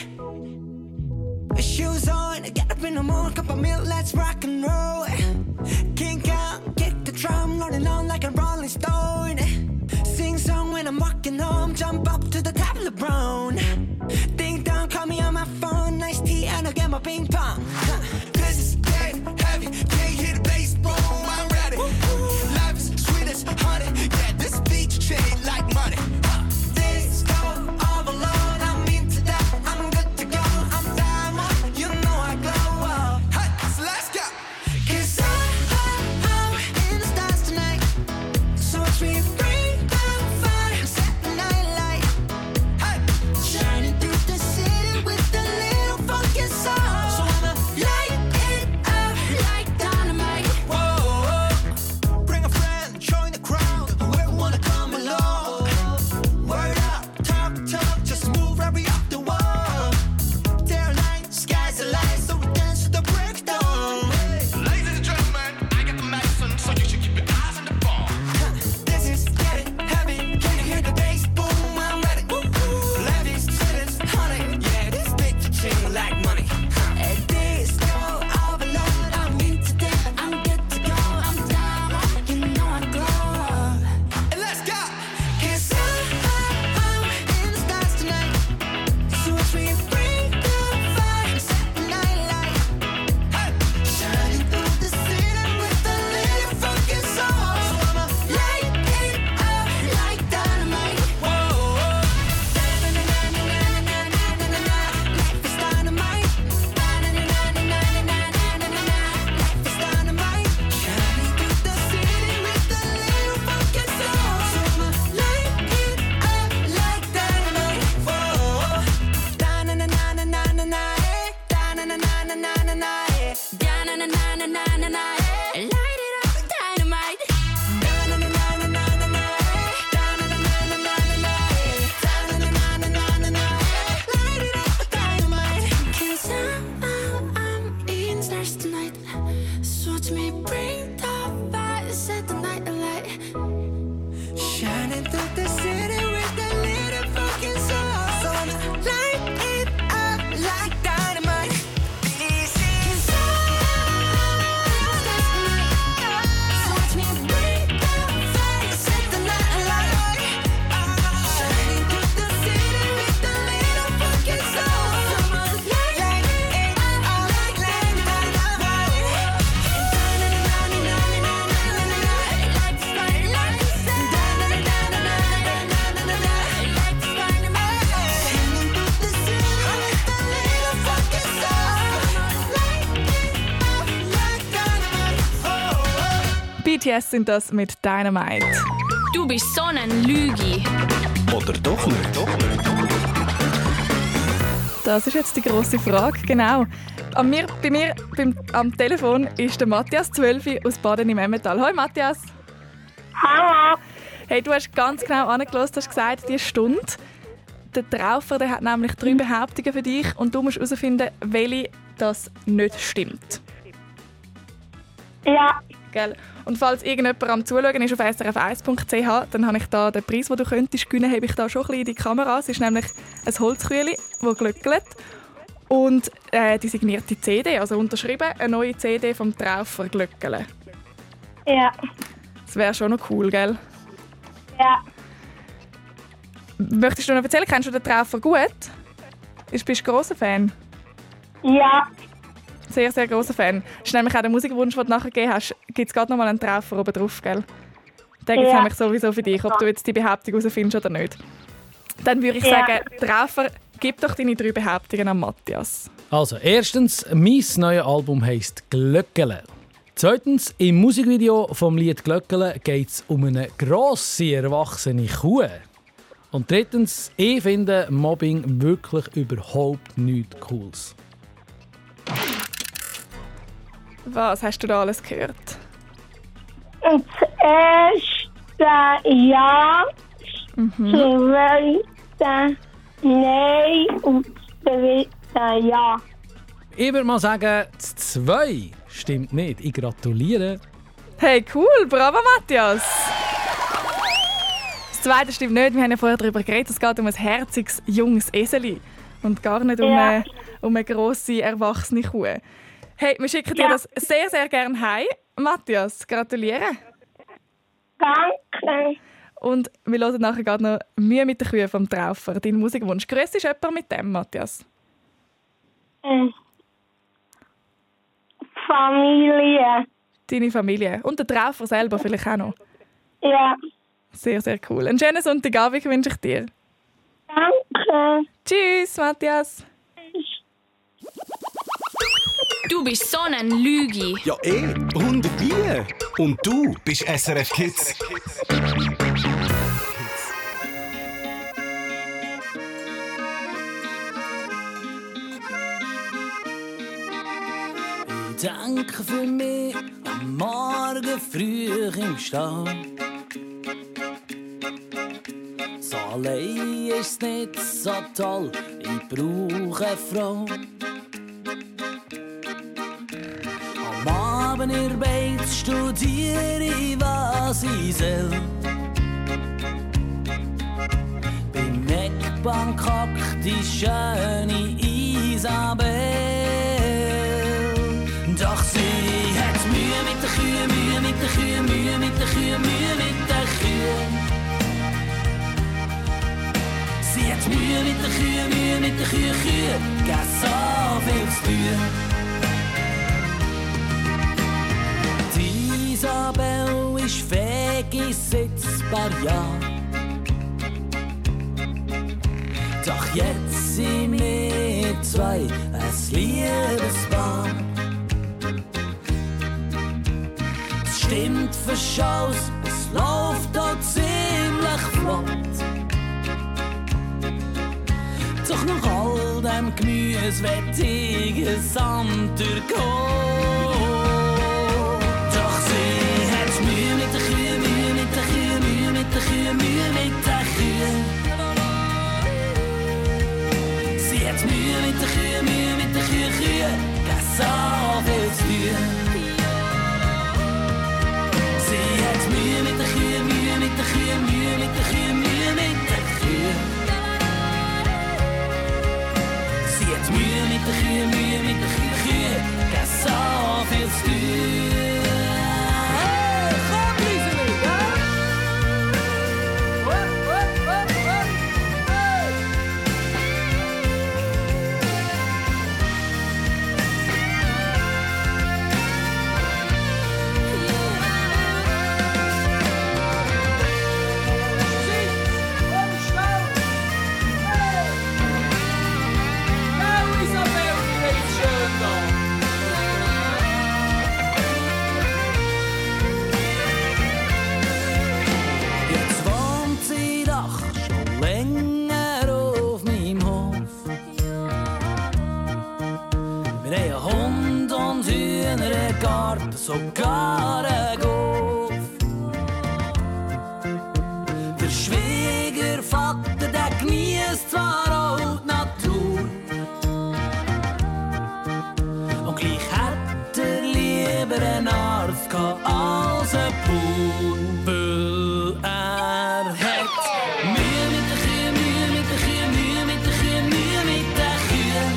Shoes on, get up in the morning, cup of milk, let's rock and roll. Kink out, kick the drum, rolling on like a rolling stone. Sing song when I'm walking home, jump up to the top of the brown. Ding dong, call me on my phone, nice tea and I'll get my ping pong. This is dead heavy, can't hear the bass boom, I'm ready. Life is sweet as honey, yeah, this beach chain like money. This go all alone, I'm into that, I'm good to go, I'm diamond, you know I glow. Hey, so let's go. 'Cause I'm in the stars tonight, dynamite. So watch me bring the fire, set the night alight. Shining through the city with the little fucking sun. Light it up like dynamite. So watch me bring the fire, set the night alight. Shining through the city with the little fucking sun. Light it up like dynamite. BTS sind das mit Dynamite. Du bist so ein Lügi. Oder doch nicht? Das ist jetzt die grosse Frage, genau. Bei mir am Telefon ist der Matthias 12 aus Baden im Emmental. Hallo Matthias. Hallo. Hey, du hast ganz genau angehört, hast gesagt, die Stunde. Der Traufer, der hat nämlich 3 Behauptungen für dich und du musst herausfinden, welche das nicht stimmt. Ja. Gell? Und falls irgendjemand am Zuschauen ist auf srf1.ch, dann habe ich da den Preis, den du könntest gewinnen, habe ich da schon ein bisschen in die Kamera. Es ist nämlich ein Holzkühli, das glöckelt. Und die signierte CD, also unterschrieben, eine neue CD vom Traufer glöckeln. Ja. Das wäre schon noch cool, gell? Ja. Möchtest du noch erzählen, kennst du den Traufer gut? Bist du ein grosser Fan? Ja. Sehr, sehr grosser Fan. Das ist nämlich auch der Musikwunsch, den du nachher gegeben hast. Gibt es gerade noch mal einen Traufer oben drauf, gell? Den gibt es nämlich sowieso für dich, ob du jetzt die Behauptung herausfindest oder nicht. Dann würde ich sagen, Traufer, gib doch deine 3 Behauptungen an Matthias. Also, erstens, mein neues Album heisst «Glöckele». Zweitens, im Musikvideo vom Lied «Glöckele» geht es um eine grosse, erwachsene Kuh. Und drittens, ich finde Mobbing wirklich überhaupt nichts Cooles. Was hast du da alles gehört? Und erste Ja, zweite Nein und dritte Ja. Ich würde mal sagen, das 2 stimmt nicht. Ich gratuliere. Hey, cool, bravo Matthias! Das 2 stimmt nicht, wir haben ja vorher darüber geredet, es geht um ein herziges, junges Eseli und gar nicht um eine grosse, erwachsene Kuh. Hey, wir schicken dir das sehr, sehr gerne heim. Matthias, gratuliere. Danke. Und wir hören nachher gerade noch «Mühe mit den Kühen» vom Traufer, dein Musikwunsch. Grüß dich jemand mit dem, Matthias? Familie. Deine Familie. Und der Traufer selber vielleicht auch noch? Ja. Sehr, sehr cool. Einen schönen Sonntagabend wünsche ich dir. Danke. Tschüss, Matthias. Du bist so ein Lügi. Ja, und wie? Und du bist SRF Kids. Ich denke für mich am Morgen früh im Stall. So allein ist nicht so toll, ich brauche eine Frau. Am Abend ihr Bett studiere ich, was ich soll. Beim Eckbank hockt die schöne Isabel. Doch sie hat Mühe mit den Kühen, Mühe mit den Kühen, Mühe mit den Kühen, Mühe mit den Kühen. Sie hat Mühe mit den Kühen, Mühe mit den Kühen, Kühe, gibt so viel zu tun. Die Isabel ist fähig seit ein paar Jahren. Doch jetzt sind wir 2 ein Liebespaar. Es stimmt für Schaus, es läuft auch ziemlich flott. Doch nach all dem Gemüse wird ich ein Sandtürkon. Doch sie hat Mühe mit den Kühen, Mühe mit den Kühen, Mühe mit den Kühen, Mühe mit den Kühen. Sie hat Mühe mit den Kühen, Mühe mit den Kühen, Kühen, gibt so viel zu tun. Kühen, Mühe mit den Kühen, Mühe mit den Kühen. Sie hat Mühe mit den Kühen, Mühe mit den Kühen, Kühe, gell so viel zu tun. Hey, komm, Lieseli, gell? Jetzt wohnt sie doch schon länger auf meinem Hof. Wir haben einen Hund und Hühner, einen Garten, sogar einen Golf. Der Schwiegervater, der genießt zwar auch die Natur, und gleich hätte er lieber einen Arzt gehabt als einen Bauer. Weil er hat Mühe mit den Kühen, Mühe mit den Kühen, Mühe mit den Kühen, Mühe mit den Kühen.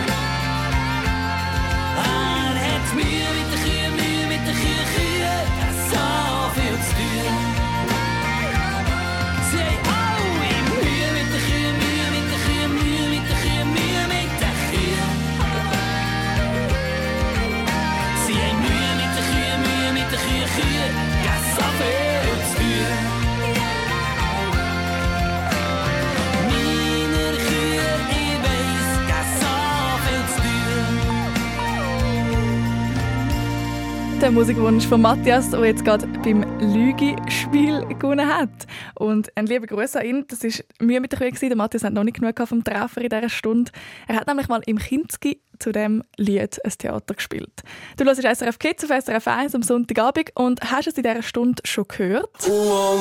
Er hat Mühe mit den Kühen, Mühe mit den Kühen, Kühe, so viel zu tun. Sie haben alle Mühe mit den Kühen, Mühe mit den Kühen, Mühe mit den Kühen, Mühe mit den Kühen. Sie haben Mühe mit den Kühen, Mühe mit den Kühen, Kühe, ja, so viel zu tun. Meine Kühe, ich weiss, ja, so viel zu tun. Der Musikwunsch von Matthias, der jetzt gerade beim Lügi-Spiel gewonnen hat. Und ein lieber Gruß an ihn. Das war Mühe mit der Kühe. Der Matthias hat noch nicht genug vom Treffer in dieser Stunde. Er hat nämlich mal im Kinski zu diesem Lied ein Theater gespielt. Du hörst SRF Kids auf SRF 1 am Sonntagabend und hast es in dieser Stunde schon gehört? Say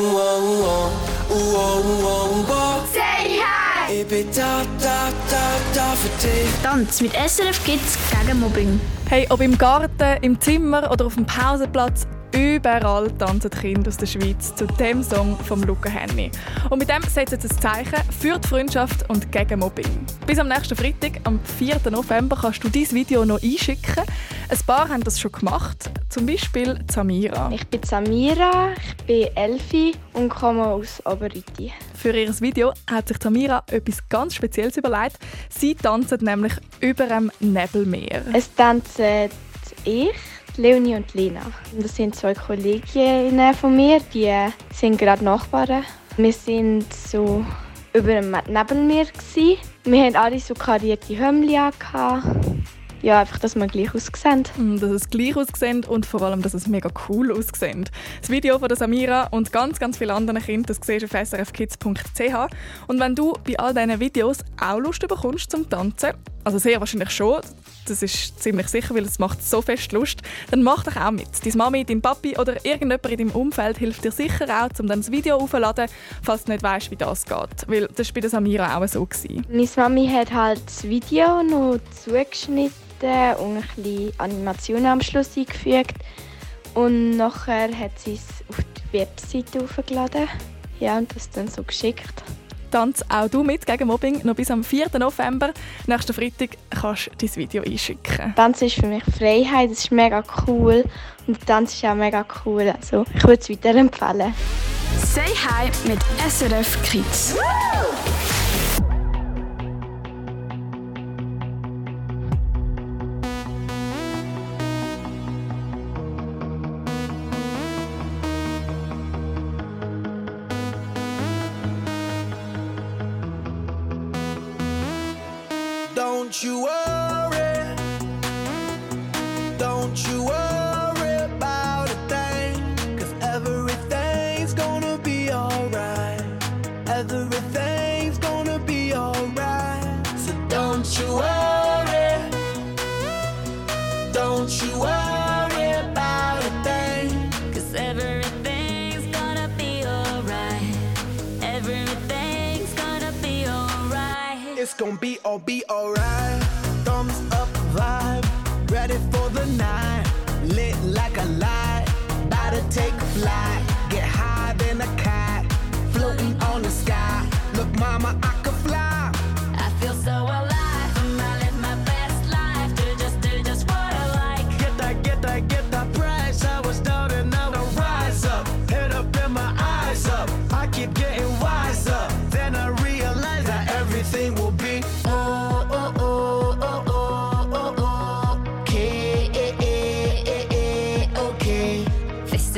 hi! Ich bin da für dich. Tanz mit SRF Kids gegen Mobbing. Hey, ob im Garten, im Zimmer oder auf dem Pausenplatz, überall tanzen die Kinder aus der Schweiz zu dem Song von Luca Hänni. Und mit dem setzen sie ein Zeichen für die Freundschaft und gegen Mobbing. Bis am nächsten Freitag, am 4. November, kannst du dein Video noch einschicken. Ein paar haben das schon gemacht, zum Beispiel Samira. Ich bin Samira, ich bin 11 und komme aus Oberrütti. Für ihr Video hat sich Samira etwas ganz Spezielles überlegt. Sie tanzen nämlich über einem Nebelmeer. Es tanzen ich, Leonie und Lena. Das sind zwei Kolleginnen von mir, die sind gerade Nachbarn. Wir waren so über einem Nebelmeer. Wir hatten alle so karierte Hömmli an. Ja, einfach, dass wir gleich aussehen. Dass es gleich aussehen und vor allem, dass es mega cool aussehen. Das Video von der Samira und ganz, ganz vielen anderen Kindern, das siehst du auf srfkids.ch. Und wenn du bei all diesen Videos auch Lust bekommst zum Tanzen, also sehr wahrscheinlich schon, das ist ziemlich sicher, weil es macht so fest Lust, dann mach doch auch mit. Deine Mami, dein Papi oder irgendjemand in deinem Umfeld hilft dir sicher auch, um dann das Video aufzuladen, falls du nicht weißt, wie das geht. Weil das war bei der Samira auch so. Meine Mami hat halt das Video noch zugeschnitten und ein bisschen Animationen am Schluss eingefügt. Und nachher hat sie es auf die Webseite hochgeladen. Ja, und das dann so geschickt. Tanz auch du mit gegen Mobbing. Noch bis am 4. November, nächsten Freitag, kannst du dein Video einschicken. Tanz ist für mich Freiheit, das ist mega cool. Und Tanz ist auch mega cool. Also, ich würde es weiterempfehlen. Say hi mit SRF Kids. Don't you worry, don't you worry about a thing, 'cause everything's gonna be alright, everything's gonna be alright, so don't you worry about a thing, 'cause everything's gonna be alright, everything's gonna be alright, it's gonna be alright, thumbs up vibe, ready for the night, lit like a light, about to take a flight, get high than a kite,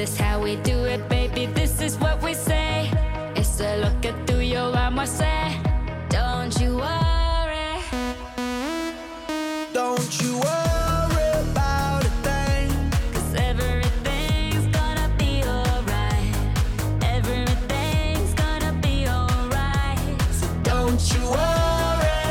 is how we do it, baby, this is what we say. It's a look at through your arm, I say. Don't you worry. Don't you worry about a thing. 'Cause everything's gonna be alright. Everything's gonna be alright. So don't you worry.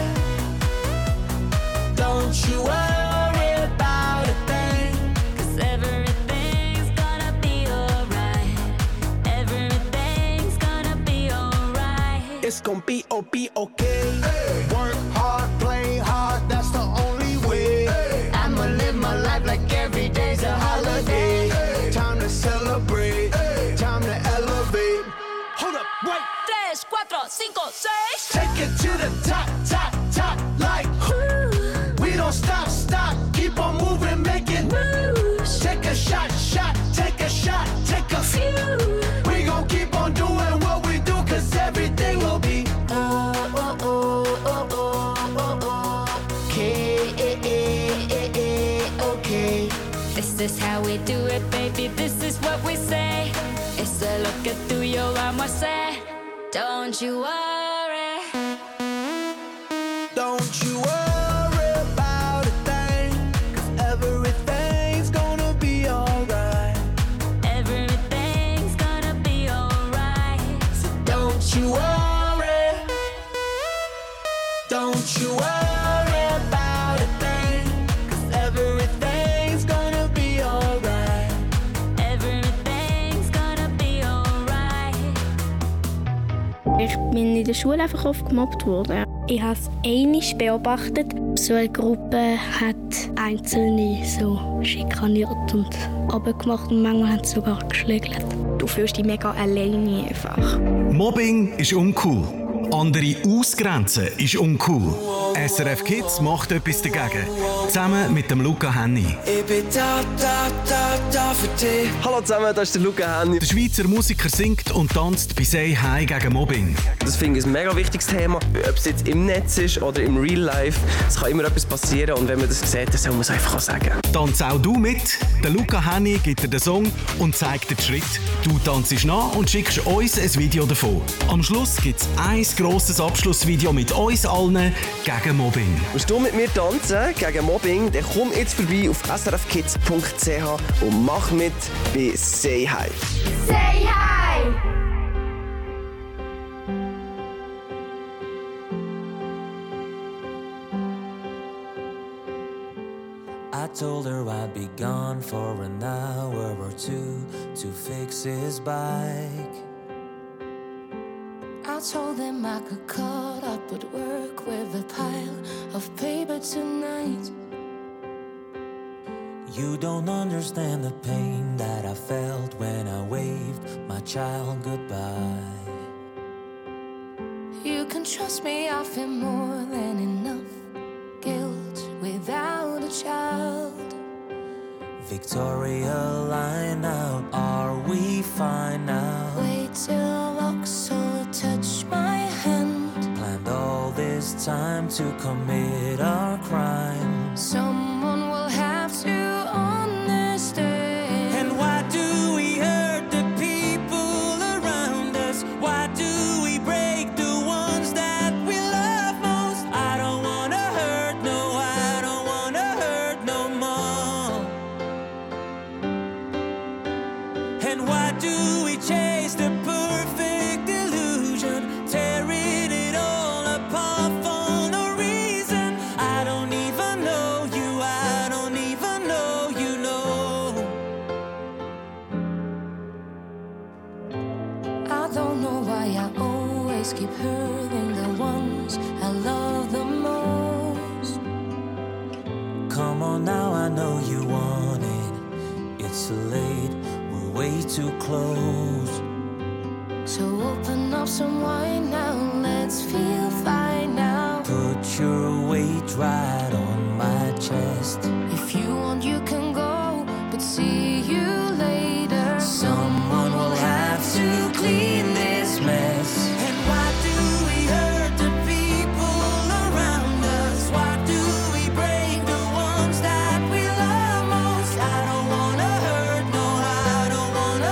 Don't you worry about a thing. 'Cause everything's gonna be alright. Everything's gonna be alright. It's gonna be okay. Hey. Work hard, play hard, that's the only way. Hey. I'ma live my life like every day's a holiday. Hey. Time to celebrate, hey. Time to elevate. Hold up, wait. 3, 4, 5, 6. Take it to the top, top, top, like ooh. We don't stop, stop, keep on moving, making moves. Take a shot, shot, take a shot, take a few. We gon' keep on doing what we do, 'cause everything will be okay. This is how we do it, baby, this is what we say. It's a look at through your arm, I say. Don't you worry. Don't you worry about a thing, 'cause everything's gonna be alright. Everything's gonna be alright. So don't you worry. Don't you worry about a thing, 'cause everything's gonna be alright. Everything's gonna be alright. Ich bin in der Schule einfach oft gemobbt worden. Ich habe es einmal beobachtet. So eine Gruppe hat Einzelne so schikaniert und runtergemacht und manchmal haben sie sogar geschlägelt. Du fühlst dich mega alleine einfach. Mobbing ist uncool. Andere ausgrenzen ist uncool. SRF Kids macht etwas dagegen. Zusammen mit dem Luca Henny. Ich bin da für dich. Hallo zusammen, das ist der Luca Henny. Der Schweizer Musiker singt und tanzt bei «Say Hi» gegen Mobbing. Das finde ich ein mega wichtiges Thema. Ob es jetzt im Netz ist oder im Real Life, es kann immer etwas passieren und wenn man das sieht, dann soll man es einfach auch sagen. Tanz auch du mit. Der Luca Henny gibt dir den Song und zeigt dir den Schritt. Du tanzt nach und schickst uns ein Video davon. Am Schluss gibt es ein grosses Abschlussvideo mit uns allen gegen Mobbing. Willst du mit mir tanzen gegen Mobbing, dann komm jetzt vorbei auf srfkids.ch und mach mit bei «Say Hi». Say hi! I told her I'd be gone for an hour or two to fix his bike. I told them I could cut up at work with a pile of paper tonight. You don't understand the pain that I felt when I waved my child goodbye. You can trust me, I feel more than enough guilt without a child. Victoria, line out, are we fine now? Wait till Vauxhall touch my hand. Planned all this time to commit our crime. Someone will have to understand. And why do we hurt the people around us? Why do we break the ones that we love most? I don't wanna hurt, no, I don't wanna hurt no more. And why do we chase the perfect illusion, tearing it all apart for no reason? I don't even know you, I don't even know you know. I don't know why I always keep hurting the ones I love the most. Come on now, I know you want it. It's too late, we're way too close. So open up some wine now, let's feel fine now. Put your weight right on my chest. If you want, you can go, but see you later. Someone will have to clean this mess. And why do we hurt the people around us? Why do we break the ones that we love most? I don't wanna hurt, no, I don't wanna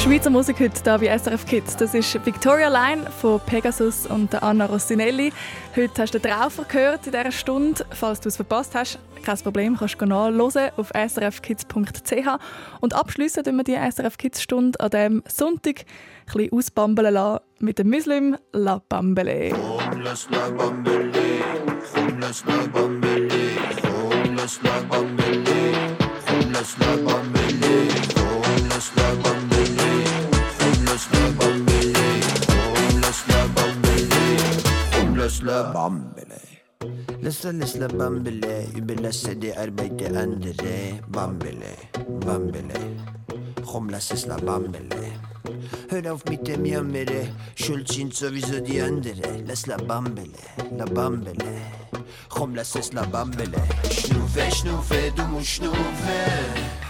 Schweizer Musik heute hier bei SRF Kids. Das ist Victoria Line von Pegasus und Anna Rossinelli. Heute hast du den Traufer gehört in dieser Stunde. Falls du es verpasst hast, kein Problem, kannst du nachhören auf srfkids.ch. Und abschliessen wir die SRF Kids Stunde an diesem Sonntag ein bisschen ausbambeln lassen mit dem Muslim La Bambele. Homeless La Bambele, homeless La Bambele, homeless La Bambele, homeless La Bambele, homeless La Bambele, homeless La Bambele, homeless La Bambele, homeless La Bambele. Lasst La Bambele, überlasse die Arbeit der andere. Bambele, Bambele, komm, lass es La Bambele. Hör auf mit dem Jammere, schuld sind sowieso die andere. Lass La Bambele, komm, lass es La Bambele. Schnuffe, Schnuffe, du musst schnuffe.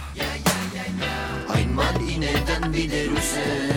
Einmal inne, dann wieder raus.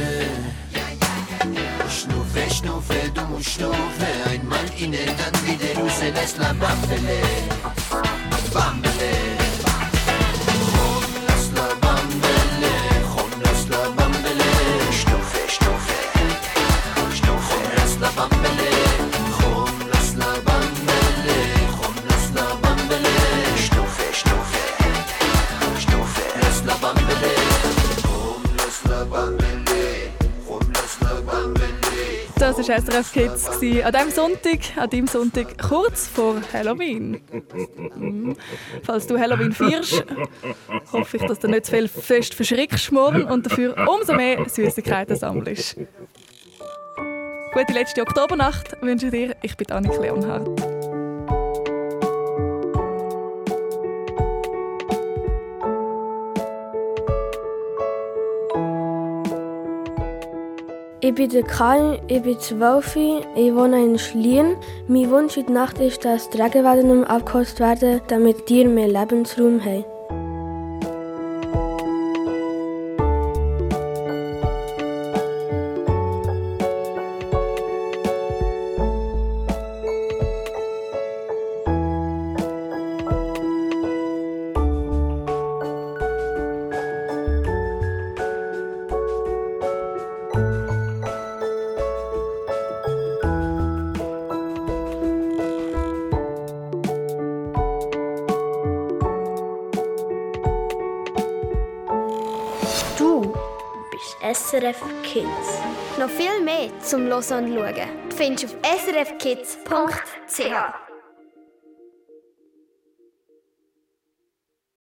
Schnuffe, Schnuffe, du musst schnuffe. Einmal inne, dann wieder raus. Lass La Bambele, Bambele. Komm, lass La Bambele, komm, lass La Bambele. Schnuffe, Schnuffe, Schnuffe, lass La Bambele. Komm, lass La Bambele, komm, lass La Bambele. Schnuffe, Schnuffe, Schnuffe, lass La Bambele. Komm, lass La Bambele, komm, lass La Bambele. Das war SRF Kids an diesem Sonntag kurz vor Halloween. Falls du Halloween feierst, hoffe ich, dass du nicht zu viel fest verschrickst morgen und dafür umso mehr Süßigkeiten sammelst. Gute letzte Oktobernacht wünsche ich dir. Ich bin Annik Leonhardt. Ich bin der Karin, ich bin 12, ich wohne in Schlien. Mein Wunsch in der Nacht ist, dass die Regenwälder nicht mehr abgeholzt werden, damit Tiere mehr Lebensraum haben. SRF Kids. Noch viel mehr zum Hören und Schauen findest du auf srfkids.ch.